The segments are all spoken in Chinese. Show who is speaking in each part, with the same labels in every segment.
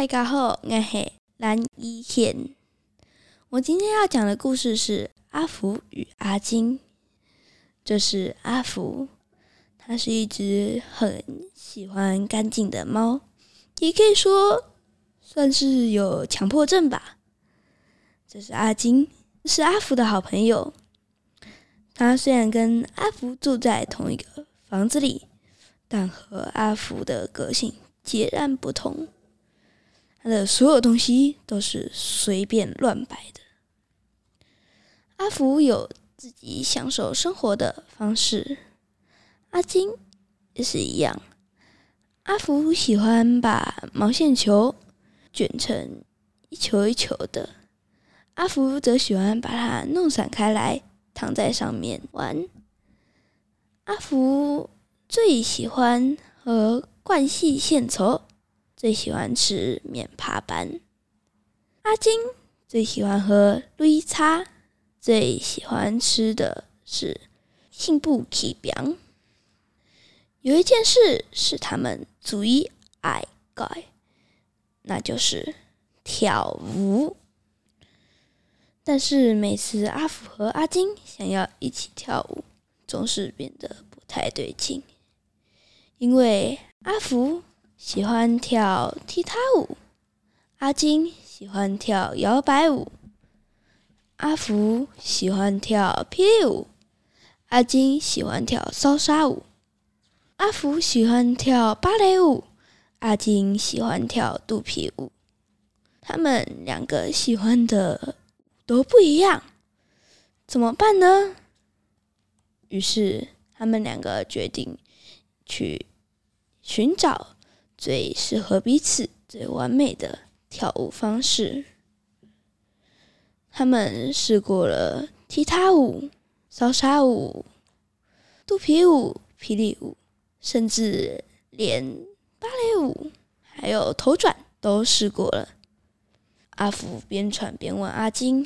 Speaker 1: 大家好，我是蓝依贤。我今天要讲的故事是阿福与阿金。这是阿福，它是一只很喜欢干净的猫，也可以说算是有强迫症吧。这是阿金，是阿福的好朋友。他虽然跟阿福住在同一个房子里，但和阿福的个性截然不同。他的所有东西都是随便乱摆的。阿福有自己享受生活的方式，阿金也是一样。阿福喜欢把毛线球卷成一球一球的，阿福则喜欢把它弄散开来，躺在上面玩。阿福最喜欢和灌细线球，最喜欢吃面趴班。阿金最喜欢喝擂茶，最喜欢吃的是杏布起饼。有一件事是他们最爱干，那就是跳舞。但是每次阿福和阿金想要一起跳舞，总是变得不太对劲，因为阿福喜欢跳踢踏舞，阿金喜欢跳摇摆舞。阿福喜欢跳霹雳舞，阿金喜欢跳骚莎舞。阿福喜欢跳芭蕾舞，阿金喜欢跳肚皮舞。他们两个喜欢的都不一样，怎么办呢？于是他们两个决定去寻找最适合彼此、最完美的跳舞方式。他们试过了踢踏舞、骚莎舞、肚皮舞、霹雳舞，甚至连芭蕾舞还有头转都试过了。阿福边喘边问阿金：“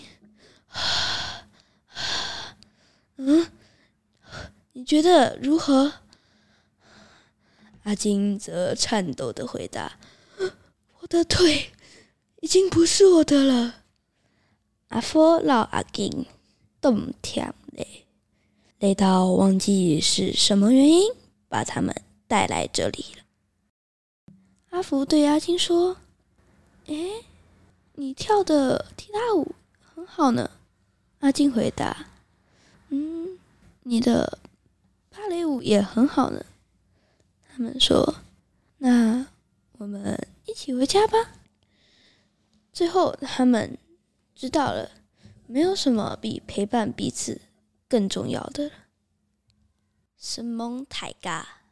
Speaker 1: 你觉得如何？”阿金则颤抖地回答：“我的腿已经不是我的了。”阿福老阿金动跳累到忘记是什么原因把他们带来这里了。阿福对阿金说：“你跳的踢踏舞很好呢。”阿金回答：“你的芭蕾舞也很好呢。”他们说：“那我们一起回家吧。”最后他们知道了，没有什么比陪伴彼此更重要的了。神蒙大家。